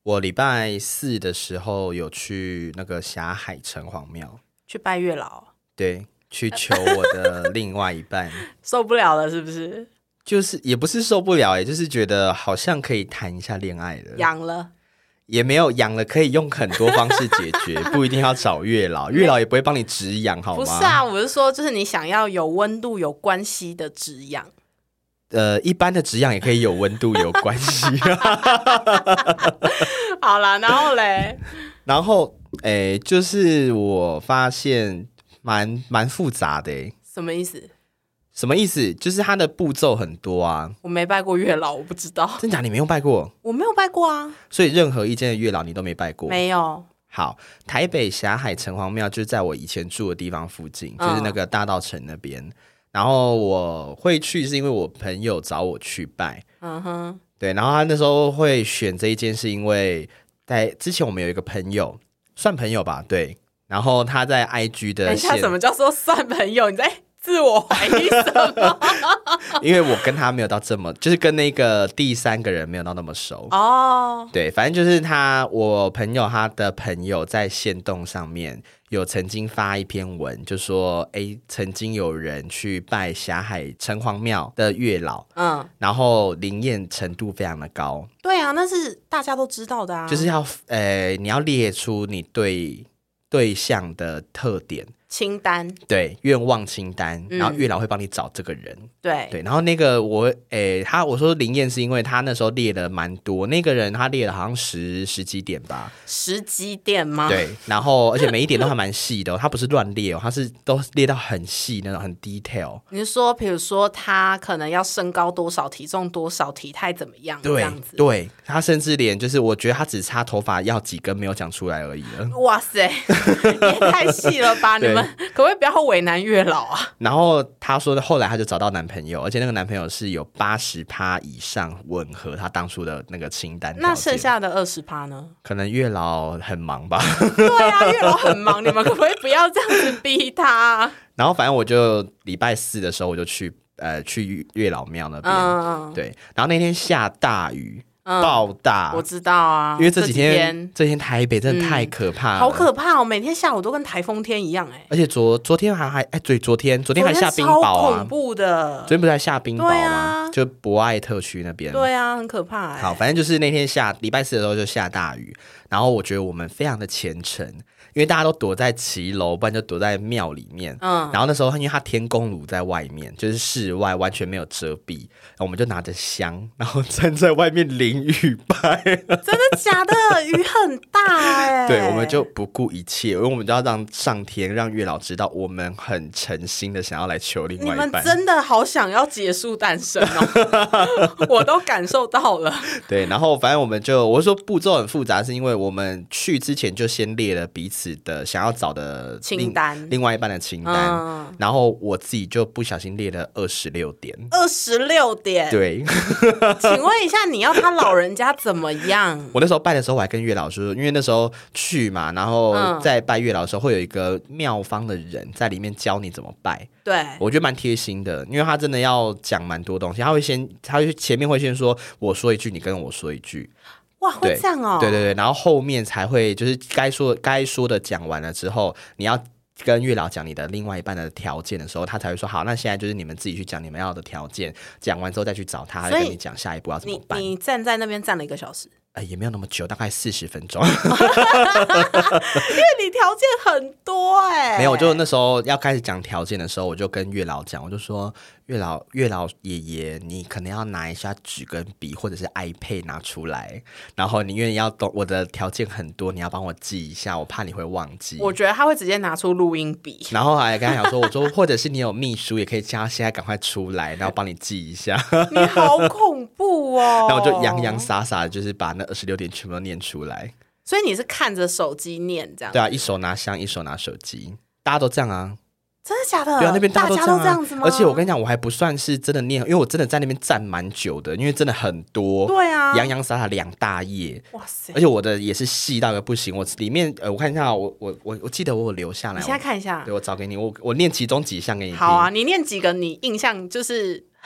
我礼拜四的时候有去那个霞海城隍庙， 去拜月老， 对，去求我的另外一半。 受不了了是不是？ 就是也不是受不了，就是觉得好像可以谈一下恋爱了。 痒了也没有养了，可以用很多方式解决，不一定要找月老，月老也不会帮你止痒，好吗？ 不是啊，我是说，就是你想要有温度、有关系的止痒。 一般的止痒也可以有温度有关系。 好啦，然后嘞， 然后就是我发现蛮复杂的什么意思？ 什么意思？就是它的步骤很多啊。 我没拜过月老，我不知道。 真假？你没有拜过？ 我没有拜过啊。 所以任何一间的月老你都没拜过？ 没有。 好，台北霞海城隍庙就是在我以前住的地方附近，就是那个大稻埕那边。然后我会去是因为我朋友找我去拜，对，然后他那时候会选这一间是因为在之前我们有一个朋友，算朋友吧，对，然后他在 IG 的等一下，什么叫做算朋友？你在自我怀疑什么？ 因为我跟他没有到这么，就是跟那个第三个人没有到那么熟哦。 对，反正就是我朋友他的朋友在限动上面有曾经发一篇文，就说曾经有人去拜霞海城隍庙的月老，然后灵验程度非常的高。 对啊，那是大家都知道的啊， 就是要你要列出你对象的特点。 清单， 对，愿望清单，然后月老会帮你找这个人。对，然后那个我说灵验是因为他那时候列了蛮多，那个人他列了好像十几点吧。 十几点吗？ 对，然后而且每一点都还蛮细的他不是乱列他是都列到很细那种，很 detail。 你是说比如说他可能要身高多少，体重多少，体态怎么样这样子？ 对，他甚至连就是我觉得他只差头发要几根没有讲出来而已了。 哇塞，也太细了吧！你们可不可以不要为难月老啊？ 然后他说后来他就找到男朋友，而且那个男朋友是有80%以上吻合他当初的那个清单条件。 那剩下的20%呢？ 可能月老很忙吧。 对啊，月老很忙，你们可不可以不要这样子逼他？ 然后反正我就礼拜四的时候我就去月老庙那边，对，然后那天下大雨。暴大， 我知道啊， 因为这几天台北真的太可怕了， 好可怕哦！每天下午都跟台风天一样而且昨天昨天还下冰雹啊， 超恐怖的。 昨天不是还下冰雹吗？就博爱特区那边， 对啊，很可怕好，反正就是那天礼拜四的时候就下大雨，然后我觉得我们非常的虔诚。因为大家都躲在骑楼，不然就躲在庙里面。然后那时候因为他天公炉在外面，就是室外完全没有遮蔽，然后我们就拿着香，然后站在外面淋雨拜。真的假的？雨很大对，我们就不顾一切，因为我们就要让上天让月老知道我们很诚心的想要来求另外一半。 你们真的好想要结束单身哦，我都感受到了。 对，然后反正我说步骤很复杂，是因为我们去之前就先列了彼此的想要找的清单， 另外一半的清单，然后我自己就不小心列了26点。 26点， 对。 请问一下，你要他老人家怎么样？ 我那时候拜的时候，我还跟月老说，因为那时候去嘛，然后在拜月老的时候，会有一个庙方的人在里面教你怎么拜。 对， 我觉得蛮贴心的，因为他真的要讲蛮多东西，他会前面会先说我说一句，你跟我说一句。 哇，会这样哦？ 对，然后后面才会就是该说的讲完了之后，你要跟月老讲你的另外一半的条件的时候，他才会说好，那现在就是你们自己去讲你们要的条件，讲完之后再去找他，他会跟你讲下一步要怎么办。 你站在那边站了1个小时？ 也没有那么久，大概40分钟。 因为你条件很多没有，就那时候要开始讲条件的时候，我就跟月老讲，我就说月老爷爷，你可能要拿一下纸跟笔，或者是 iPad 拿出来，然后你因为要懂我的条件很多，你要帮我记一下，我怕你会忘记。 我觉得他会直接拿出录音笔， 然后还跟他讲说，我说或者是你有秘书，也可以叫他现在赶快出来，然后帮你记一下。 你好恐怖哦！ 然后我就洋洋洒洒的，就是把那26点全部都念出来。 所以你是看着手机念这样？ 对啊，一手拿香，一手拿手机，大家都这样啊。 真的假的？ 对啊，那边大家都这样子吗？ 而且我跟你讲，我还不算是真的念，因为我真的在那边站蛮久的，因为真的很多。 对啊， 洋洋洒洒2大页。 哇塞！ 而且我的也是细到一个不行，我里面我看一下，我记得我有留下来。 你现在看一下， 对，我找给你，我念其中几项给你听。 好啊，你念几个你印象就是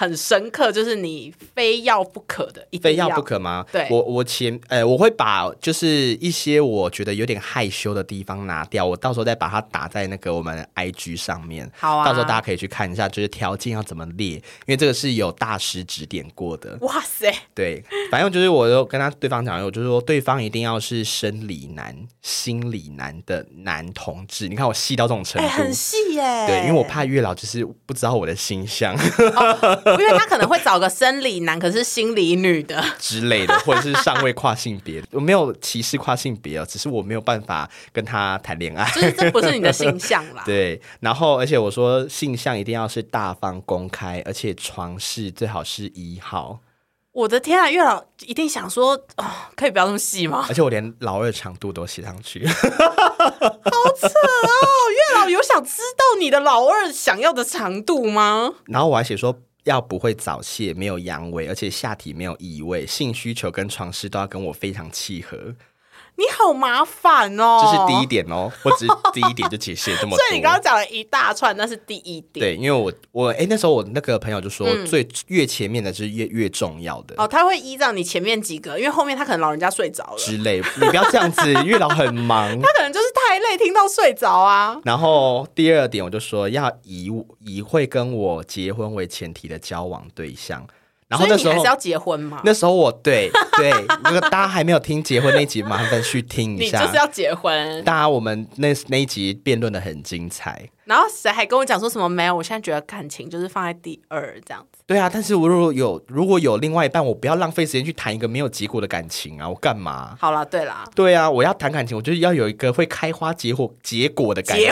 很深刻，就是你非要不可的，一定非要不可吗？ 对， 我会把就是一些我觉得有点害羞的地方拿掉，我到时候再把它打在那个我们 IG 上面。 好啊， 到时候大家可以去看一下，就是条件要怎么列，因为这个是有大师指点过的。 哇塞， 对，反正就是我就跟对方讲，我就说对方一定要是生理男、心理男的男同志。你看我细到这种程度， 很细耶。 对，因为我怕月老就是不知道我的形象， 因为他可能会找个生理男，可是心理女的之类的，或者是尚未跨性别。我没有歧视跨性别哦，只是我没有办法跟他谈恋爱， 就是这不是你的性向啦。 对，然后而且我说性向一定要是大方公开，而且床事最好是1号。 我的天啊，月老一定想说，哦，可以不要那么细吗？ 而且我连老二长度都写上去， 好扯哦！月老有想知道你的老二想要的长度吗？ 然后我还写说要不会早泄，没有阳痿，而且下体没有异味，性需求跟床事都要跟我非常契合。 你好麻烦哦， 这是第一点哦，我只是第一点就解释这么多。 所以你刚刚讲了一大串，那是第一点。 对，因为我那时候我那个朋友就说，越前面的是越重要的哦，他会依照你前面几个，因为后面他可能老人家睡着了之类。你不要这样子，月老很忙， 他可能就是太累，听到睡着啊。 然后第二点我就说要以会跟我结婚为前提的交往对象。然后那时候所以你还是要结婚吗？ 那时候我对，那个大家还没有听结婚那集，麻烦去听一下。 你就是要结婚。 大家我们那一集辩论的很精彩。 然后谁还跟我讲说什么没有？我现在觉得感情就是放在第二这样子。 对啊，但是我如果有另外一半，我不要浪费时间去谈一个没有结果的感情啊！我干嘛？ 好啦，对啦， 对啊，我要谈感情，我就是要有一个会开花结果的感情。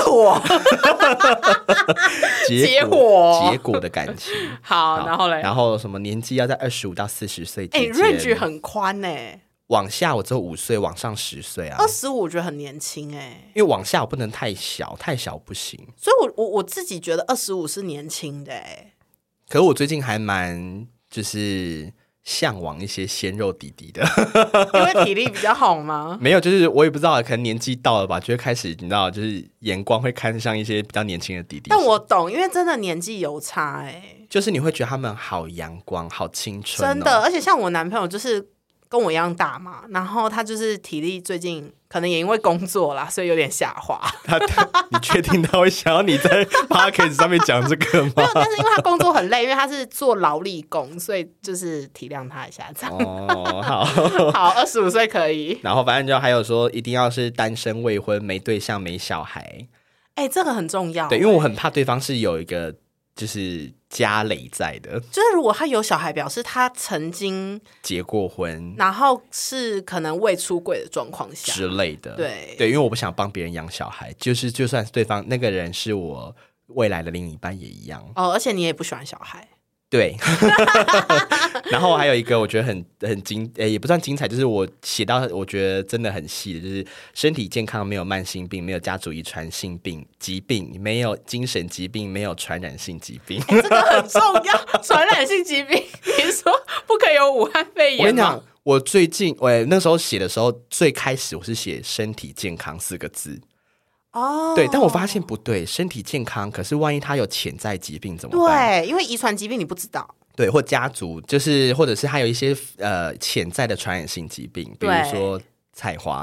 结果的感情。 好，然后嘞， 然后什么年纪要在25到40岁之间。 range 很宽欸。 往下我只有5岁，往上10岁啊。 25我觉得很年轻欸， 因为往下我不能太小，太小不行。 所以我自己觉得25是年轻的欸。 可是我最近还蛮就是向往一些鲜肉弟弟的， 因为体力比较好吗？ 没有，就是我也不知道，可能年纪到了吧，就会开始你知道，就是眼光会看向一些比较年轻的弟弟。 但我懂，因为真的年纪有差欸， 就是你会觉得他们好阳光，好青春哦， 真的。而且像我男朋友就是跟我一样大嘛，然后他就是体力最近可能也因为工作啦，所以有点下滑。 你确定他会想要你在 podcast 上面讲这个吗？ 没有，但是因为他工作很累，因为他是做劳力工，所以就是体谅他一下这样。 哦， 好，25岁可以。 然后反正就还有说，一定要是单身未婚，没对象，没小孩。 这个很重要。 对，因为我很怕对方是有一个就是家累在的， 就是如果他有小孩，表示他曾经结过婚， 然后是可能未出柜的状况下之类的。 对， 因为我不想帮别人养小孩，就算是对方那个人是我未来的另一半也一样。 而且你也不喜欢小孩。 对，然后还有一个我觉得很也不算精彩，就是我写到我觉得真的很细的，就是身体健康，没有慢性病，没有家族遗传性疾病，没有精神疾病，没有传染性疾病。 这个很重要，传染性疾病，你说不可以有武汉肺炎吗？ 我跟你讲，我最近那时候写的时候，最开始我是写身体健康4个字。对，但我发现不对，身体健康，可是万一他有潜在疾病怎么办？ 对，因为遗传疾病你不知道。 对，或家族就是或者是还有一些潜在的传染性疾病，比如说菜花。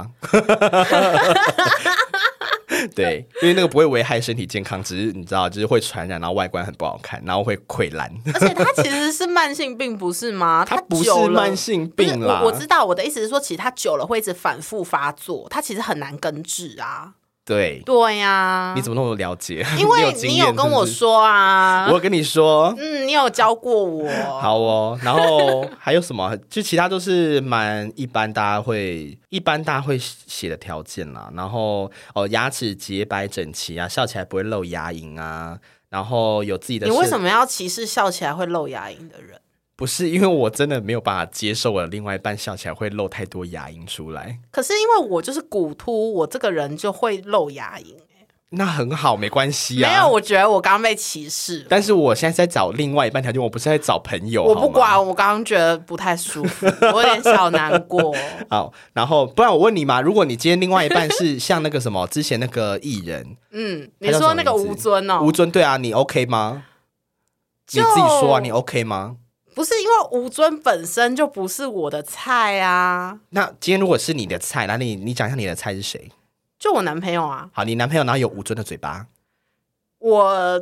对，因为那个不会危害身体健康，只是你知道，就是会传染，然后外观很不好看，然后会溃烂。 而且它其实是慢性病，不是吗？ 它不是慢性病啦。 我知道，我的意思是说，其实它久了会一直反复发作，它其实很难根治啊。 对呀， 你怎么那么了解？ 因为你有跟我说啊， 我有跟你说， 你有教过我。 好哦，然后还有什么？就其他都是蛮一般，大家会写的条件啦。然后牙齿洁白整齐啊，笑起来不会露牙龈啊，然后有自己的。 你为什么要歧视笑起来会露牙龈的人？ 不是，因为我真的没有办法接受我的另外一半笑起来会露太多牙龈出来。 可是因为我就是骨凸，我这个人就会露牙龈。 那很好，没关系啊。 没有，我觉得我刚刚被歧视。 但是我现在在找另外一半条件，我不是在找朋友。 我不管，我刚刚觉得不太舒服，我有点小难过。 好，然后不然我问你嘛，如果你今天另外一半是像那个什么之前那个艺人， 你说那个吴尊哦， 吴尊对啊，你 OK 吗？ 你自己说啊，你 OK 吗？ 不是，因为吴尊本身就不是我的菜啊。 那今天如果是你的菜，那你讲一下你的菜是谁？ 就我男朋友啊。 好，你男朋友然后有吴尊的嘴巴。 我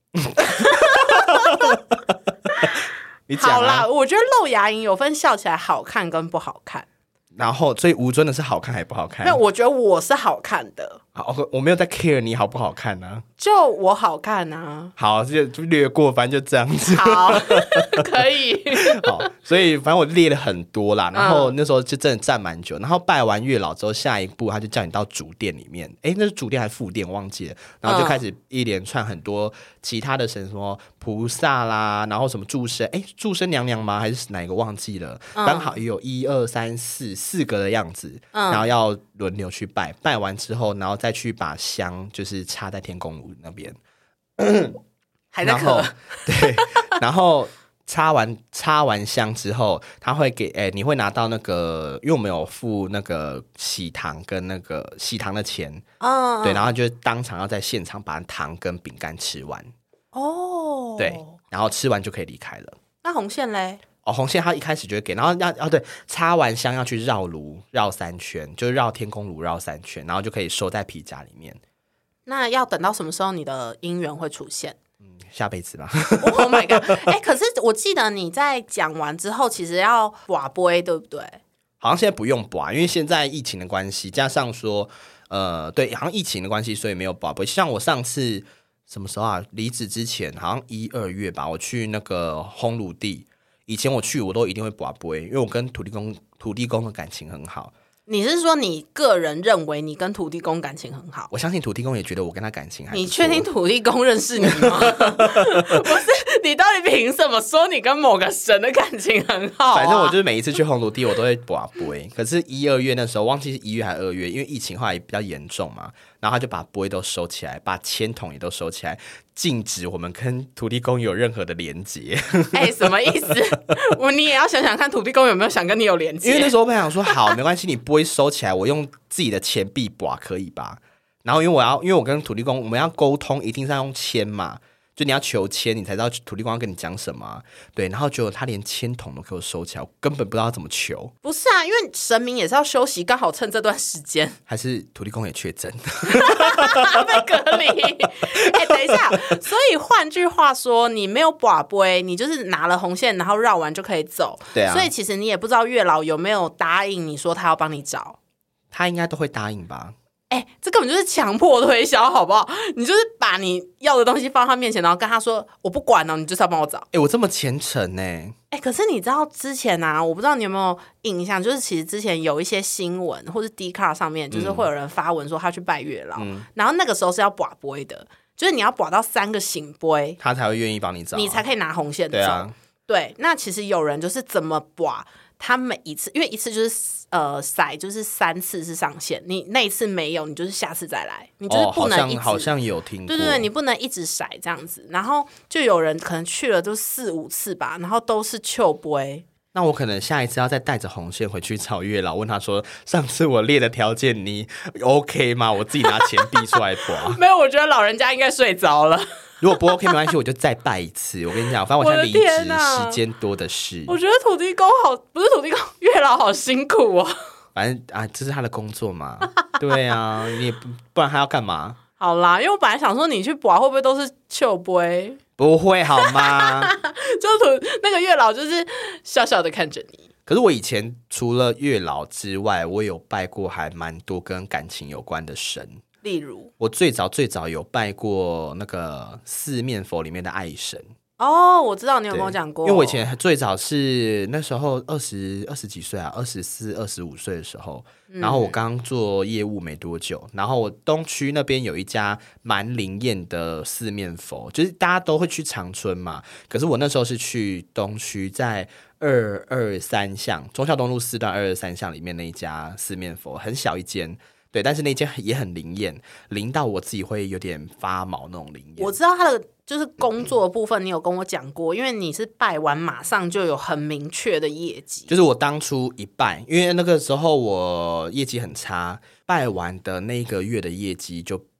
你讲啊。 好啦，我觉得露牙龈有分笑起来好看跟不好看。 然后，所以吴尊的是好看还不好看？ 没有，我觉得我是好看的。 好，我没有在 care 你好不好看啊。 就我好看啊。 好，就略过，反正就这样子。 好，可以。 好，所以反正我列了很多啦，然后那时候就真的站蛮久，然后拜完月老之后，下一步他就叫你到主殿里面，那是主殿还是副殿忘记了，然后就开始一连串很多其他的神，什么菩萨啦，然后什么祝生，祝生娘娘吗？还是哪一个忘记了？刚好也有1、2、3、4个的样子，然后要轮流去拜，拜完之后，然后再去把香就是插在天公炉那边， 还在咳。 对，然后插完香之后，他会给你会拿到那个，因为我们有付那个喜糖跟那个喜糖的钱，对，然后就当场要在现场把糖跟饼干吃完，对，然后吃完就可以离开了。 那红线嘞？ 红线他一开始就会给，然后对，插完香要去绕炉绕3圈，就是绕天公炉绕3圈，然后就可以收在皮夹里面。 那要等到什么时候你的姻缘会出现？ 下辈子吧。 Oh my god！ 可是我记得你在讲完之后，其实要拔杯，对不对？ 好像现在不用拔，因为现在疫情的关系，加上说，对，好像疫情的关系，所以没有拔杯。像我上次什么时候啊？离职之前，好像1、2月吧，我去那个烘炉地。以前我去，我都一定会拔杯，因为我跟土地公的感情很好。 你是说你个人认为你跟土地公感情很好？ 我相信土地公也觉得我跟他感情还不错。 你确定土地公认识你吗？不是，你到底凭什么说你跟某个神的感情很好反正我就是每一次去烘炉地，我都会拔杯。可是1、2月那时候，忘记是1月还是2月，因为疫情后来比较严重嘛，然后他就把杯都收起来，把签筒也都收起来，禁止我们跟土地公有任何的连结。 什么意思？你也要想想看，土地公有没有想跟你有连结？ 因为那时候我想说，好，没关系，你杯收起来，我用自己的钱币拔可以吧？然后因为我跟土地公我们要沟通，一定是要用签嘛，就你要求签，你才知道土地公要跟你讲什么，对。然后结果他连签筒都给我收起来，我根本不知道怎么求。 不是啊，因为神明也是要休息，刚好趁这段时间。 还是土地公也确诊， 被隔离。等一下，所以换句话说，你没有拔杯，你就是拿了红线，然后绕完就可以走。 对啊。 所以其实你也不知道月老有没有答应你说他要帮你找。 他应该都会答应吧？ 这根本就是强迫推销，好不好？你就是把你要的东西放在他面前，然后跟他说：“我不管了，你就是要帮我找。” 我这么虔诚呢？ 可是你知道之前啊，我不知道你有没有印象，就是其实之前有一些新闻或是 Dcard 上面，就是会有人发文说他去拜月老，然后那个时候是要拔杯的，就是你要拔到3个醒杯， 他才会愿意帮你找， 你才可以拿红线走。对，那其实有人就是怎么拔，他每一次，因为一次就是骰就是3次是上限，你那一次没有，你就是下次再来，你就是不能一直好像有听过， 对，你不能一直骰这样子。然后就有人可能去了就4、5次吧，然后都是糗杯。 那我可能下一次要再带着红线回去找月老，问他说：“上次我列的条件你 OK 吗？”我自己拿钱币出来拔。 没有，我觉得老人家应该睡着了。 如果不 OK 没关系，我就再拜一次。我跟你讲，反正我现在离职时间多的是。 我觉得土地公不是土地公，月老好辛苦哦。 反正这是他的工作嘛。对啊，你也不然他要干嘛？ 好啦，因为我本来想说你去拔会不会都是糗杯？ 不会好吗？ 就是那个月老就是笑笑的看着你。 可是我以前除了月老之外，我有拜过还蛮多跟感情有关的神。 例如， 我最早有拜过那个四面佛里面的爱神。 我知道你有跟我讲过。 因为我以前最早是那时候二十几岁啊，24、25岁的时候，然后我刚做业务没多久，然后我东区那边有一家蛮灵验的四面佛，就是大家都会去长春嘛，可是我那时候是去东区，在223巷忠孝东路4段223巷里面那一家四面佛，很小一间。对，但是那间也很灵验，灵到我自己会有点发毛那种灵验。 我知道他的就是工作的部分，你有跟我讲过，因为你是拜完马上就有很明确的业绩。 就是我当初一拜，因为那个时候我业绩很差，拜完的那个月的业绩就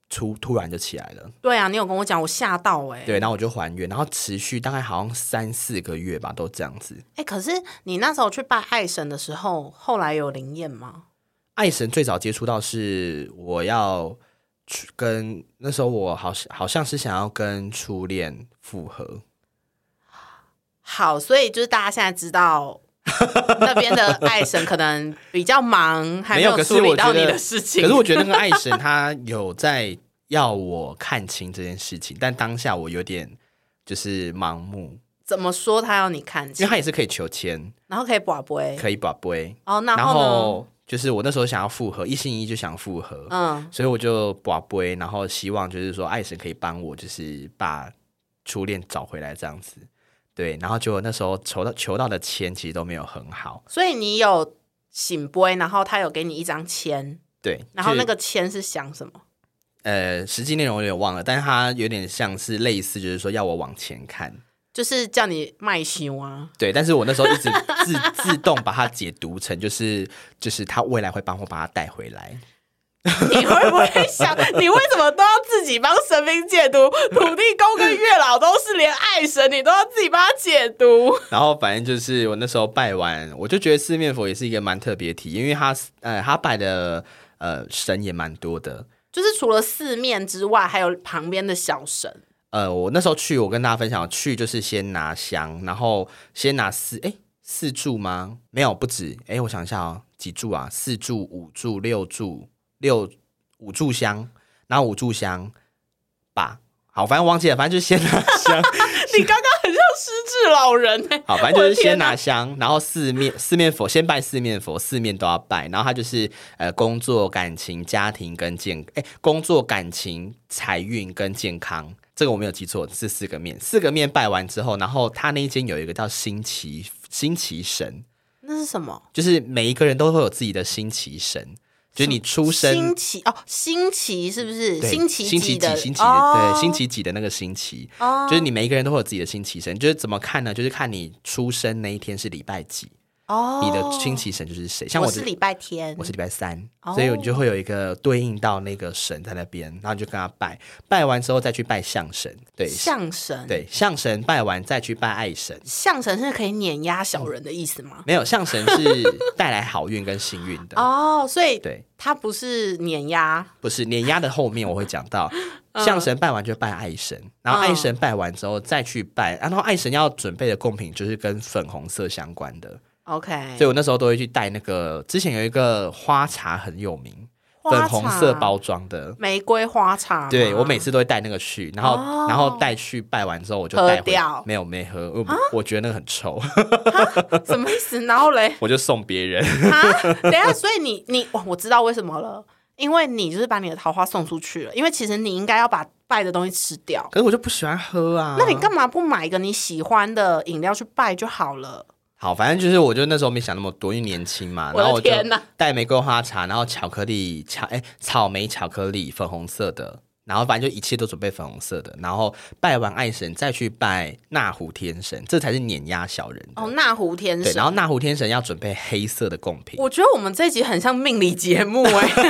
突然就起来了。 对啊，你有跟我讲，我吓到对，然后我就还愿，然后持续大概好像3-4个月吧，都这样子。 可是你那时候去拜爱神的时候，后来有灵验吗？ 爱神最早接触到是我要去跟那时候我好像是想要跟初恋复合。 好，所以就是大家现在知道那边的爱神可能比较忙，还没有处理到你的事情。 可是我觉得那个爱神他有在要我看清这件事情，但当下我有点就是盲目。 怎么说他要你看清？ 因为他也是可以求签， 然后可以拔杯， 可以拔杯。 然后就是我那时候想要复合，一心一意就想复合，所以我就拔杯，然后希望就是说爱神可以帮我，就是把初恋找回来这样子。对，然后结果那时候求到的签其实都没有很好， 所以你有醒杯，然后他有给你一张签， 对， 然后那个签是想什么？ 实际内容有点忘了，但是它有点像是类似，就是说要我往前看， 就是叫你卖修啊。 对，但是我那时候一直自动把它解读成就是他未来会帮我把它带回来。 你会不会想，你为什么都要自己帮神明解读？土地公跟月老都是连爱神，你都要自己帮他解读。 然后反正就是我那时候拜完，我就觉得四面佛也是一个蛮特别的体验，因为他拜的神也蛮多的， 就是除了四面之外，还有旁边的小神。 我那时候去，我跟大家分享，去就是先拿香，然后先拿四柱吗？没有，不止。我想一下哦，几柱啊？4柱、5柱、6柱。5炷香，然后5炷香吧，好，反正忘记了，反正就是先拿香。 你刚刚很像失智老人好，反正就是先拿香，然后四面佛，先拜四面佛，四面都要拜。然后他就是工作、感情、家庭跟工作、感情、财运跟健康，这个我没有记错，是4个面。4个面拜完之后，然后他那一间有一个叫星期神， 那是什么？ 就是每一个人都会有自己的星期神。就是你出生星期是不是？ 星期几的对，星期几的那个星期，就是你每一个人都会有自己的星期神。就是怎么看呢？就是看你出生那一天是礼拜几。你的星期神就是谁？像我是礼拜天， 我是礼拜3，所以你就会有一个对应到那个神在那边，然后你就跟他拜，拜完之后再去拜象神。对， 象神， 对，象神拜完再去拜爱神。 象神是可以碾压小人的意思吗？ 没有，象神是带来好运跟幸运的。 所以对， 它不是碾压， 不是碾压的后面我会讲到。象神拜完就拜爱神，然后爱神拜完之后再去拜，然后爱神要准备的贡品就是跟粉红色相关的。 OK， 所以我那时候都会去带那个，之前有一个花茶很有名，粉红色包装的玫瑰花茶。 对，我每次都会带那个去，然后带去拜完之后我就带回，没喝，我觉得那个很臭。 什么意思？然后嘞， 我就送别人。 等一下，所以你我知道为什么了，因为你就是把你的桃花送出去了，因为其实你应该要把拜的东西吃掉， 可是我就不喜欢喝啊。 那你干嘛不买一个你喜欢的饮料去拜就好了？ 好，反正就是我就那时候没想那么多，因为年轻嘛，然后我就带玫瑰花茶，然后巧克力草莓巧克力粉红色的，然后反正就一切都准备粉红色的，然后拜完爱神再去拜纳虎天神，这才是碾压小人的。 纳虎天神。 对，然后纳虎天神要准备黑色的贡品。 我觉得我们这一集很像命理节目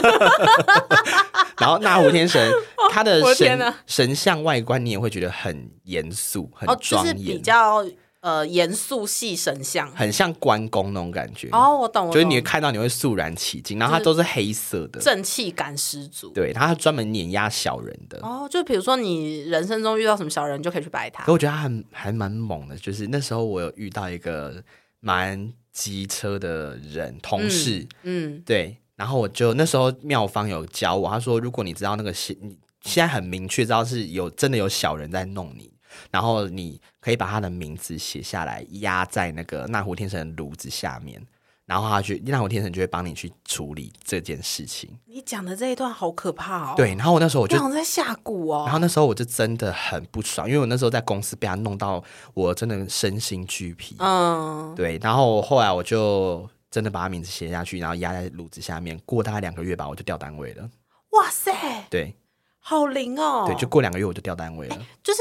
然后纳虎天神他的神像外观你也会觉得很严肃，很庄严， 就是比较严肃系神像， 很像关公那种感觉。 我懂， 就是你看到你会肃然起敬，然后它都是黑色的， 正气感十足。 对，它专门碾压小人的。 就比如说你人生中遇到什么小人，就可以去拜他。 可我觉得他还蛮猛的，就是那时候我有遇到一个蛮机车的人，同事，对，然后我就那时候庙方有教我，他说如果你知道那个你现在很明确知道是真的有小人在弄你。然后你可以把他的名字写下来，压在那个纳虎天神的炉子下面，然后纳虎天神就会帮你去处理这件事情。 你讲的这一段好可怕哦！ 对，然后我那时候我就好像在下蛊哦。 然后那时候我就真的很不爽，因为我那时候在公司被他弄到我真的身心俱疲。对，然后后来我就真的把他名字写下去，然后压在炉子下面，过大概2个月吧，我就调单位了。 哇塞！ 对。 好灵哦！ 对，就过2个月我就调单位了。 就是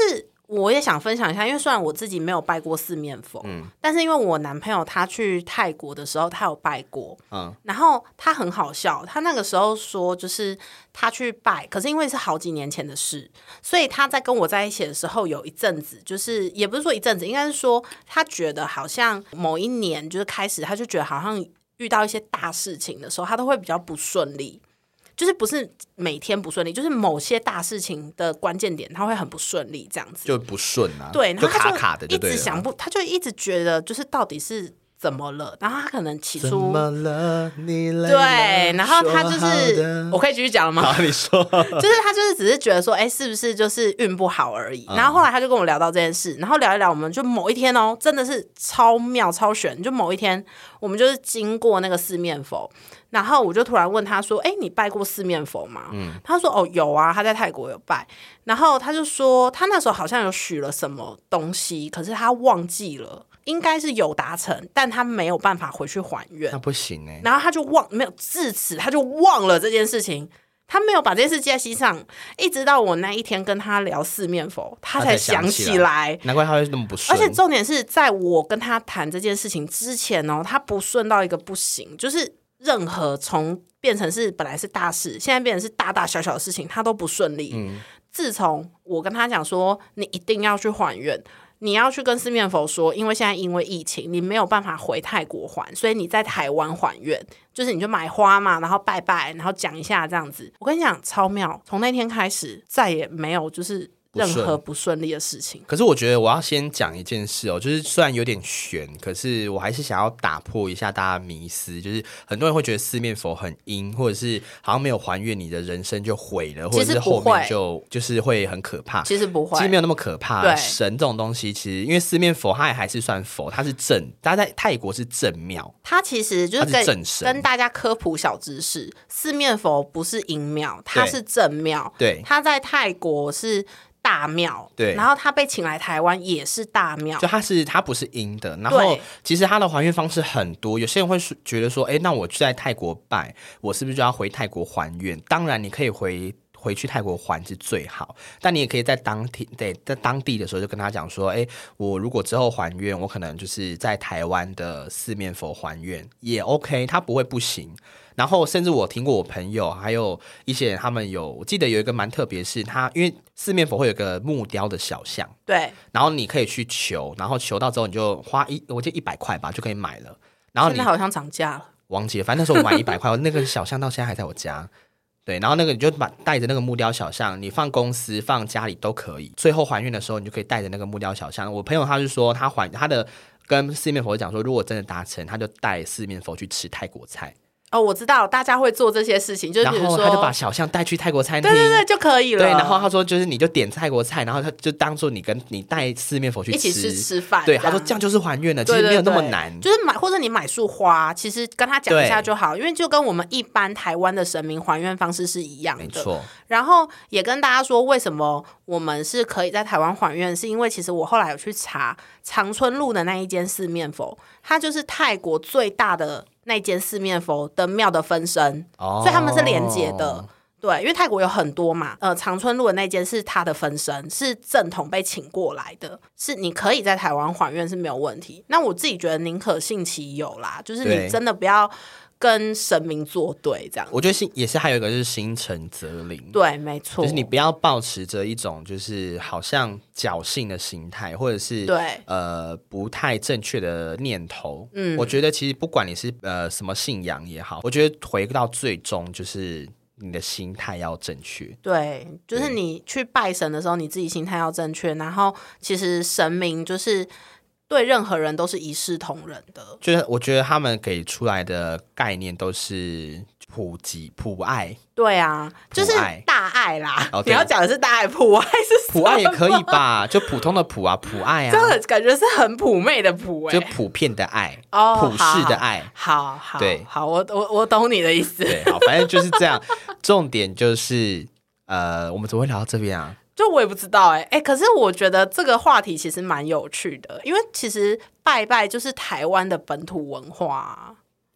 我也想分享一下，因为虽然我自己没有拜过四面佛，但是因为我男朋友他去泰国的时候，他有拜过，然后他很好笑，他那个时候说就是他去拜，可是因为是好几年前的事，所以他在跟我在一起的时候有一阵子，就是也不是说一阵子，应该是说他觉得好像某一年就是开始，他就觉得好像遇到一些大事情的时候，他都会比较不顺利。就是不是每天不顺利，就是某些大事情的关键点，他会很不顺利，这样子就不顺啊。 对，然后他就卡卡的就对了， 一直想不，他就一直觉得就是到底是怎么了，然后他可能起初怎么了你累了， 对，然后他就是我可以继续讲了吗？ 好，你说， 就是他就是只是觉得说，是不是就是运不好而已。然后后来他就跟我聊到这件事，然后聊一聊，我们就某一天真的是超妙超悬，就某一天我们就是经过那个四面佛。然后我就突然问他说：“你拜过四面佛吗？”他说：“哦，有啊，他在泰国有拜。”然后他就说他那时候好像有许了什么东西，可是他忘记了，应该是有达成，但他没有办法回去还愿。 那不行然后他就没有至此他就忘了这件事情，他没有把这件事记在心上，一直到我那一天跟他聊四面佛，他才想起来。 难怪他会那么不顺。 而且重点是在我跟他谈这件事情之前他不顺到一个不行，就是任何从变成是本来是大事，现在变成是大大小小的事情，他都不顺利。自从我跟他讲说，你一定要去还愿，你要去跟四面佛说，因为现在因为疫情，你没有办法回泰国还，所以你在台湾还愿，就是你就买花嘛，然后拜拜，然后讲一下这样子。我跟你讲超妙，从那天开始再也没有就是任何不顺利的事情。 可是我觉得我要先讲一件事就是虽然有点悬，可是我还是想要打破一下大家迷思，就是很多人会觉得四面佛很阴，或者是好像没有还愿你的人生就毁了，或者是后面就是会很可怕。 其实不会， 其实没有那么可怕。神这种东西其实因为四面佛它也还是算佛，它是正，它在泰国是正庙， 它其实就是正神。 跟大家科普小知识，四面佛不是阴庙，它是正庙。 对， 它在泰国是大庙， 对， 然后他被请来台湾也是大庙， 就他不是阴的。然后其实他的还愿方式很多，有些人会觉得说，那我在泰国拜，我是不是就要回泰国还愿？当然你可以回去泰国还是最好，但你也可以在当地的时候就跟他讲说，我如果之后还愿，我可能就是在台湾的四面佛还愿也 OK， 他不会不行。然后甚至我听过我朋友还有一些人，他们我记得有一个蛮特别，是他因为四面佛会有一个木雕的小像， 对， 然后你可以去求，然后求到之后你就花我记得100块吧就可以买了。然后现在好像涨价了， 忘记了，反正那时候我买100块，那个小像到现在还在我家。对，然后那个你就带着那个木雕小像，你放公司放家里都可以。最后还愿的时候，你就可以带着那个木雕小像。我朋友他就说他的跟四面佛讲说，如果真的达成，他就带四面佛去吃泰国菜。 我知道大家会做这些事情，就是比如说， 然后他就把小象带去泰国餐厅， 对就可以了。 对，然后他说就是你就点泰国菜，然后他就当做你带四面佛去一起吃饭。 对，他说这样就是还愿了，其实没有那么难， 就是或者你买束花，其实跟他讲一下就好，因为就跟我们一般台湾的神明还愿方式是一样的。没错。 然后也跟大家说，为什么我们是可以在台湾还愿，是因为其实我后来有去查长春路的那一间四面佛，它就是泰国最大的那间四面佛的庙的分身，所以他们是连结的。对，因为泰国有很多嘛，长春路的那间是他的分身，是正统被请过来的，是你可以在台湾还愿是没有问题。那我自己觉得宁可信其有啦，就是你真的不要跟神明作对，这样。 我觉得也是还有一个就是心诚则灵， 对，没错， 就是你不要抱持着一种就是好像侥幸的心态，或者是对不太正确的念头。我觉得其实不管你是什么信仰也好，我觉得回到最终就是你的心态要正确。 对，就是你去拜神的时候，你自己心态要正确，然后其实神明就是对任何人都是一视同仁的。 就是我觉得他们给出来的概念都是普爱。 对啊，就是大爱啦。你要讲的是大爱，普爱是普爱也可以吧？就普通的普啊，普爱啊， 这感觉是很普妹的普， 就普遍的爱， 普世的爱。 好，对，好，我懂你的意思。 对，好，反正就是这样。重点就是我们怎么会聊到这边啊？ 就我也不知道可是我觉得这个话题其实蛮有趣的，因为其实拜拜就是台湾的本土文化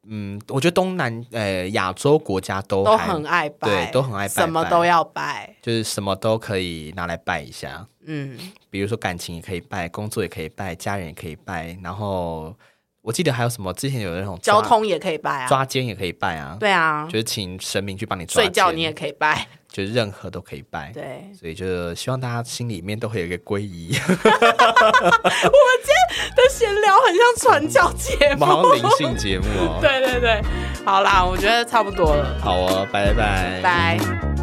我觉得东南亚洲国家都很爱拜， 对，都很爱拜， 什么都要拜， 就是什么都可以拿来拜一下。比如说感情也可以拜，工作也可以拜，家人也可以拜，然后我记得还有什么，之前有那种交通也可以拜啊， 抓奸也可以拜啊， 对啊， 就是请神明去帮你抓奸， 睡觉你也可以拜， 就是任何都可以拜， 对， 所以就希望大家心里面都会有一个皈依。 我们今天的闲聊很像传教节目， 好像灵性节目哦。 对对对，好啦，我觉得差不多了。 好哦，拜拜， 拜。